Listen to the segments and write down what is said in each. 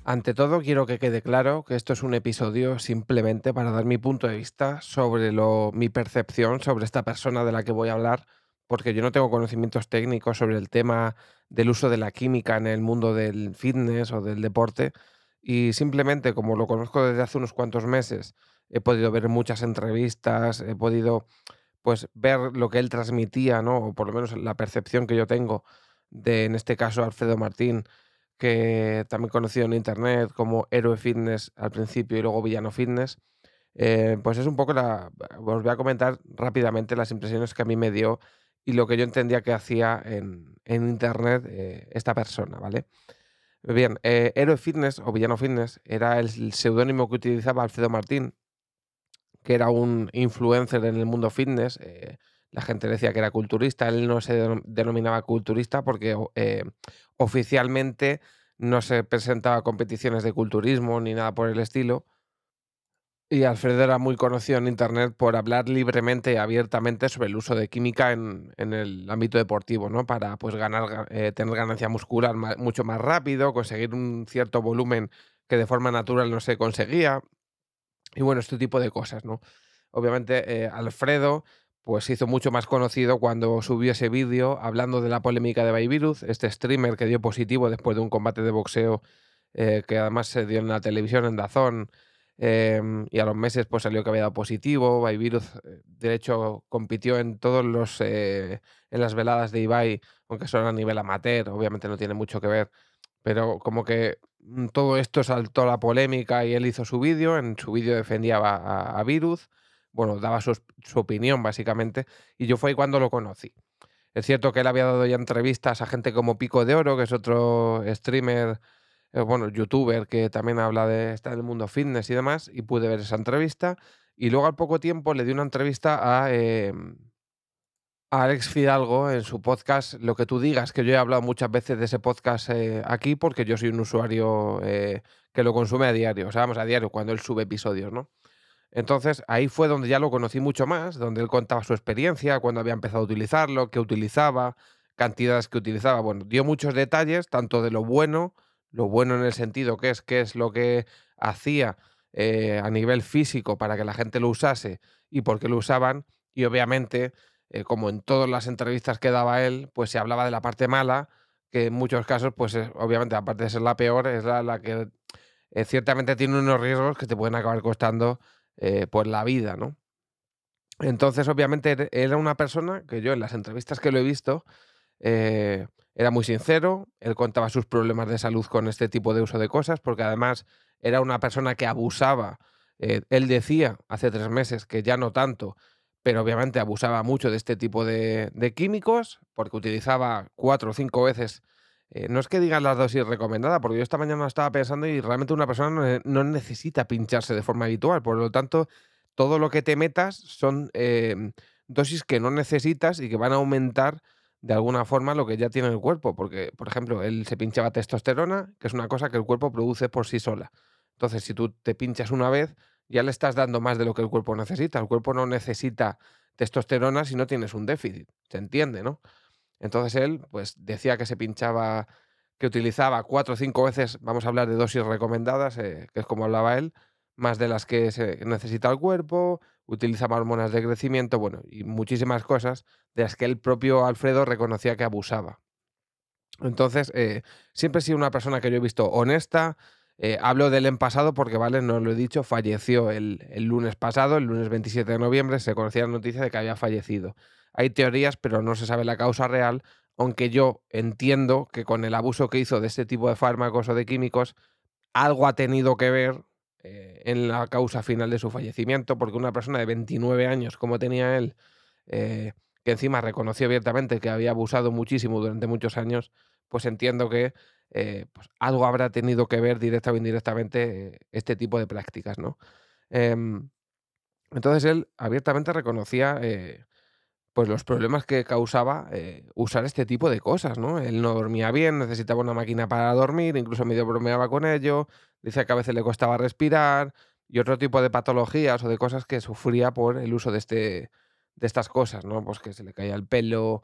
Ante todo, quiero que quede claro que esto es un episodio simplemente para dar mi punto de vista sobre mi percepción sobre esta persona de la que voy a hablar, porque yo no tengo conocimientos técnicos sobre el tema del uso de la química en el mundo del fitness o del deporte. Y simplemente, como lo conozco desde hace unos cuantos meses, he podido ver muchas entrevistas, he podido pues ver lo que él transmitía, ¿no? O por lo menos la percepción que yo tengo de, en este caso, Alfredo Martín, que también conocido en internet como Héroe Fitness al principio y luego Villano Fitness. Pues es un poco os voy a comentar rápidamente las impresiones que a mí me dio y lo que yo entendía que hacía en internet esta persona, ¿vale? Bien, Héroe Fitness o Villano Fitness era el seudónimo que utilizaba Alfredo Martín, que era un influencer en el mundo fitness. La gente decía que era culturista, él no se denominaba culturista porque oficialmente no se presentaba a competiciones de culturismo ni nada por el estilo. Y Alfredo era muy conocido en internet por hablar libremente y abiertamente sobre el uso de química en el ámbito deportivo, ¿no? Para pues tener ganancia muscular mucho más rápido, conseguir un cierto volumen que de forma natural no se conseguía. Y bueno, este tipo de cosas, ¿no? Obviamente, Alfredo, pues se hizo mucho más conocido cuando subió ese vídeo hablando de la polémica de Bayreuth, este streamer que dio positivo después de un combate de boxeo, que además se dio en la televisión, en DAZN, y a los meses pues salió que había dado positivo. Bayreuth, de hecho, compitió en en las veladas de Ibai, aunque son a nivel amateur, obviamente no tiene mucho que ver, pero como que, todo esto saltó la polémica y él hizo su vídeo. En su vídeo defendía a Virus, bueno, daba su opinión básicamente, y yo fue ahí cuando lo conocí. Es cierto que él había dado ya entrevistas a gente como Pico de Oro, que es otro streamer, bueno, youtuber que también está en el mundo fitness y demás, y pude ver esa entrevista. Y luego al poco tiempo le di una entrevista a Alex Fidalgo en su podcast Lo que tú digas, que yo he hablado muchas veces de ese podcast aquí porque yo soy un usuario que lo consume a diario, o sea, vamos, a diario cuando él sube episodios, ¿no? Entonces ahí fue donde ya lo conocí mucho más, donde él contaba su experiencia, cuando había empezado a utilizarlo, qué utilizaba, cantidades que utilizaba. Bueno, dio muchos detalles, tanto de lo bueno en el sentido que es qué es lo que hacía a nivel físico para que la gente lo usase y por qué lo usaban. Y obviamente, como en todas las entrevistas que daba él, pues se hablaba de la parte mala, que en muchos casos, pues obviamente, aparte de ser la peor, es la que ciertamente tiene unos riesgos que te pueden acabar costando pues la vida, ¿no? Entonces, obviamente, era una persona que yo en las entrevistas que lo he visto, era muy sincero. Él contaba sus problemas de salud con este tipo de uso de cosas, porque además era una persona que abusaba. Él decía hace 3 meses que ya no tanto, pero obviamente abusaba mucho de este tipo de químicos, porque utilizaba 4 o 5 veces. No es que digan las dosis recomendadas, porque yo esta mañana estaba pensando y realmente una persona no necesita pincharse de forma habitual. Por lo tanto, todo lo que te metas son dosis que no necesitas y que van a aumentar de alguna forma lo que ya tiene el cuerpo, porque, por ejemplo, él se pinchaba testosterona, que es una cosa que el cuerpo produce por sí sola. Entonces, si tú te pinchas una vez, ya le estás dando más de lo que el cuerpo necesita. El cuerpo no necesita testosterona si no tienes un déficit, se entiende, ¿no? Entonces él, pues decía que se pinchaba, que utilizaba 4 o 5 veces, vamos a hablar de dosis recomendadas, que es como hablaba él, más de las que se necesita el cuerpo, utilizaba hormonas de crecimiento, bueno, y muchísimas cosas de las que el propio Alfredo reconocía que abusaba. Entonces, siempre he sido una persona que yo he visto honesta. Hablo de él en pasado porque, vale, no lo he dicho, falleció el lunes pasado, el lunes 27 de noviembre, se conocía la noticia de que había fallecido. Hay teorías, pero no se sabe la causa real, aunque yo entiendo que con el abuso que hizo de este tipo de fármacos o de químicos, algo ha tenido que ver en la causa final de su fallecimiento, porque una persona de 29 años, como tenía él, eh, que encima reconoció abiertamente que había abusado muchísimo durante muchos años, pues entiendo que pues algo habrá tenido que ver directa o indirectamente este tipo de prácticas, ¿no? Em, entonces él abiertamente reconocía pues los problemas que causaba usar este tipo de cosas, ¿no? Él no dormía bien, necesitaba una máquina para dormir, incluso medio bromeaba con ello, decía que a veces le costaba respirar y otro tipo de patologías o de cosas que sufría por el uso de estas cosas, ¿no? Pues que se le caía el pelo,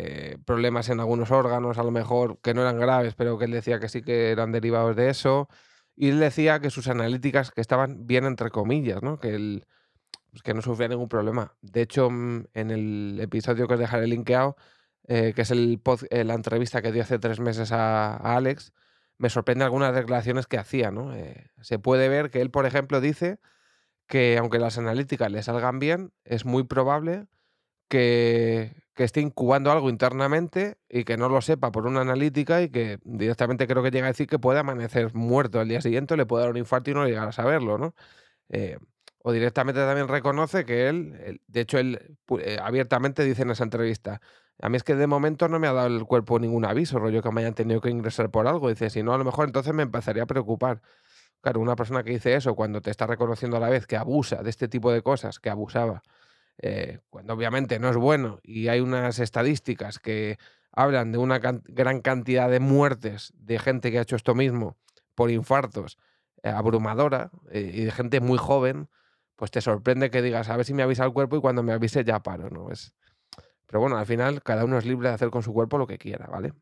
problemas en algunos órganos, a lo mejor que no eran graves, pero que él decía que sí que eran derivados de eso. Y él decía que sus analíticas que estaban bien entre comillas, ¿no? Pues que no sufría ningún problema. De hecho, en el episodio que os dejaré linkeado, que es la entrevista que dio hace 3 meses a Alex, me sorprende algunas declaraciones que hacía, ¿no? Se puede ver que él, por ejemplo, dice que aunque las analíticas le salgan bien, es muy probable que esté incubando algo internamente y que no lo sepa por una analítica y que directamente creo que llega a decir que puede amanecer muerto al día siguiente, o le puede dar un infarto y no llegar a saberlo, ¿no? Eh, o directamente también reconoce que de hecho, él abiertamente dice en esa entrevista: "A mí es que de momento no me ha dado el cuerpo ningún aviso, rollo que me hayan tenido que ingresar por algo". Dice: "Si no, a lo mejor entonces me empezaría a preocupar". Claro, una persona que dice eso cuando te está reconociendo a la vez que abusa de este tipo de cosas, que abusaba, cuando obviamente no es bueno, y hay unas estadísticas que hablan de una gran cantidad de muertes de gente que ha hecho esto mismo por infartos, abrumadora, y de gente muy joven, pues te sorprende que digas: "A ver si me avisa el cuerpo y cuando me avise ya paro", ¿no? Pero bueno, al final cada uno es libre de hacer con su cuerpo lo que quiera, ¿vale?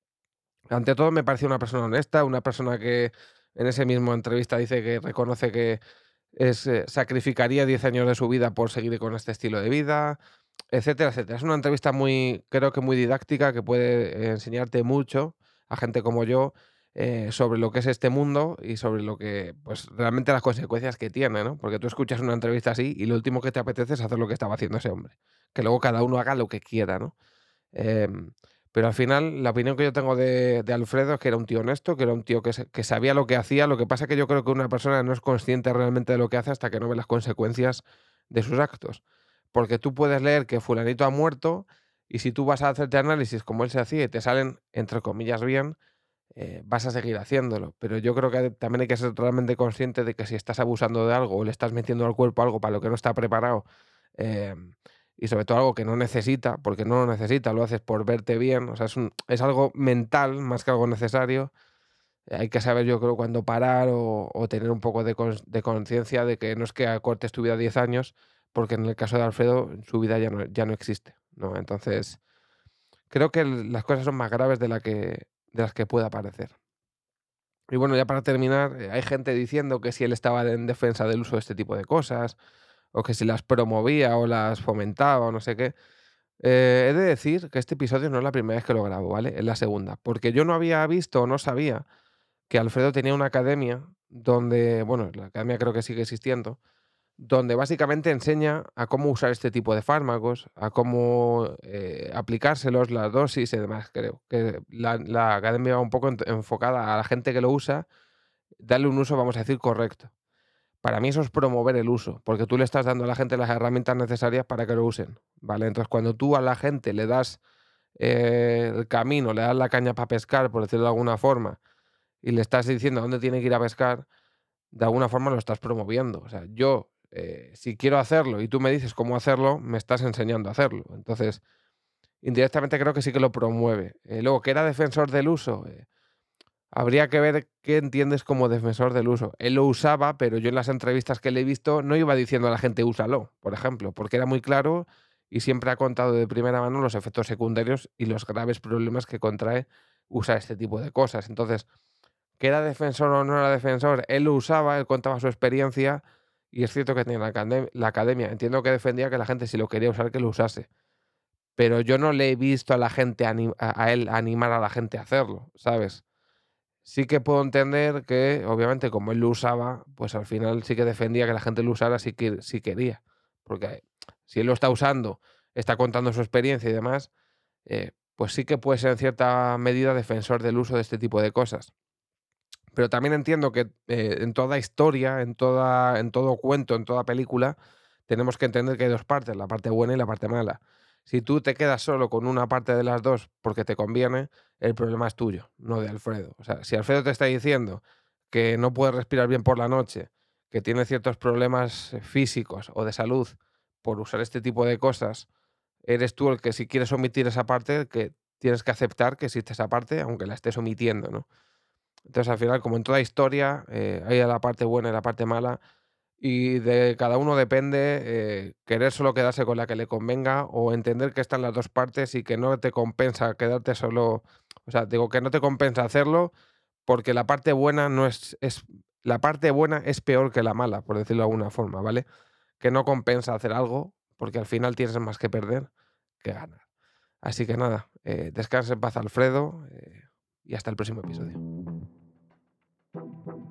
Ante todo me pareció una persona honesta, una persona que en ese mismo entrevista dice que reconoce que sacrificaría 10 años de su vida por seguir con este estilo de vida, etcétera, etcétera. Es una entrevista muy, creo que muy didáctica, que puede enseñarte mucho a gente como yo, sobre lo que es este mundo y sobre lo que, pues realmente las consecuencias que tiene, ¿no? Porque tú escuchas una entrevista así y lo último que te apetece es hacer lo que estaba haciendo ese hombre. Que luego cada uno haga lo que quiera, ¿no? Em, pero al final, la opinión que yo tengo de Alfredo es que era un tío honesto, que era un tío que sabía lo que hacía. Lo que pasa es que yo creo que una persona no es consciente realmente de lo que hace hasta que no ve las consecuencias de sus actos. Porque tú puedes leer que fulanito ha muerto y si tú vas a hacerte análisis como él se hacía y te salen, entre comillas, bien, vas a seguir haciéndolo. Pero yo creo que también hay que ser realmente consciente de que si estás abusando de algo o le estás metiendo al cuerpo algo para lo que no está preparado, em, y sobre todo algo que no necesita, porque no lo necesita, lo haces por verte bien, o sea, es algo mental más que algo necesario. Hay que saber, yo creo, cuándo parar o tener un poco de conciencia de que no es que acortes tu vida 10 años, porque en el caso de Alfredo, su vida ya no existe, ¿no? Entonces, creo que las cosas son más graves de las que pueda parecer. Y bueno, ya para terminar, hay gente diciendo que si él estaba en defensa del uso de este tipo de cosas, o que si las promovía o las fomentaba o no sé qué. He de decir que este episodio no es la primera vez que lo grabo, ¿vale? Es la segunda. Porque yo no había visto o no sabía que Alfredo tenía una academia donde, bueno, la academia creo que sigue existiendo, donde básicamente enseña a cómo usar este tipo de fármacos, a cómo aplicárselos, las dosis y demás, creo. Que la academia va un poco enfocada a la gente que lo usa, darle un uso, vamos a decir, correcto. Para mí eso es promover el uso, porque tú le estás dando a la gente las herramientas necesarias para que lo usen, ¿vale? Entonces, cuando tú a la gente le das el camino, le das la caña para pescar, por decirlo de alguna forma, y le estás diciendo a dónde tiene que ir a pescar, de alguna forma lo estás promoviendo. O sea, yo, si quiero hacerlo y tú me dices cómo hacerlo, me estás enseñando a hacerlo. Entonces, indirectamente creo que sí que lo promueve. Luego, que era defensor del uso, habría que ver qué entiendes como defensor del uso. Él lo usaba, pero yo en las entrevistas que le he visto no iba diciendo a la gente úsalo, por ejemplo, porque era muy claro y siempre ha contado de primera mano los efectos secundarios y los graves problemas que contrae usar este tipo de cosas. Entonces, que era defensor o no era defensor, él lo usaba, él contaba su experiencia y es cierto que tenía la academia. Entiendo que defendía que la gente si lo quería usar que lo usase, pero yo no le he visto a la gente a él animar a la gente a hacerlo, ¿sabes? Sí que puedo entender que, obviamente, como él lo usaba, pues al final sí que defendía que la gente lo usara si quería. Porque si él lo está usando, está contando su experiencia y demás, pues sí que puede ser en cierta medida defensor del uso de este tipo de cosas. Pero también entiendo que en toda historia, en todo cuento, en toda película, tenemos que entender que hay dos partes, la parte buena y la parte mala. Si tú te quedas solo con una parte de las dos porque te conviene, el problema es tuyo, no de Alfredo. O sea, si Alfredo te está diciendo que no puede respirar bien por la noche, que tiene ciertos problemas físicos o de salud por usar este tipo de cosas, eres tú el que si quieres omitir esa parte, que tienes que aceptar que existe esa parte, aunque la estés omitiendo, ¿no? Entonces, al final, como en toda historia, hay la parte buena y la parte mala, y de cada uno depende querer solo quedarse con la que le convenga o entender que están las dos partes y que no te compensa quedarte solo, o sea, digo que no te compensa hacerlo porque la parte buena no es La parte buena es peor que la mala, por decirlo de alguna forma, ¿vale? Que no compensa hacer algo, porque al final tienes más que perder que ganar. Así que nada, descansa en paz, Alfredo, y hasta el próximo episodio.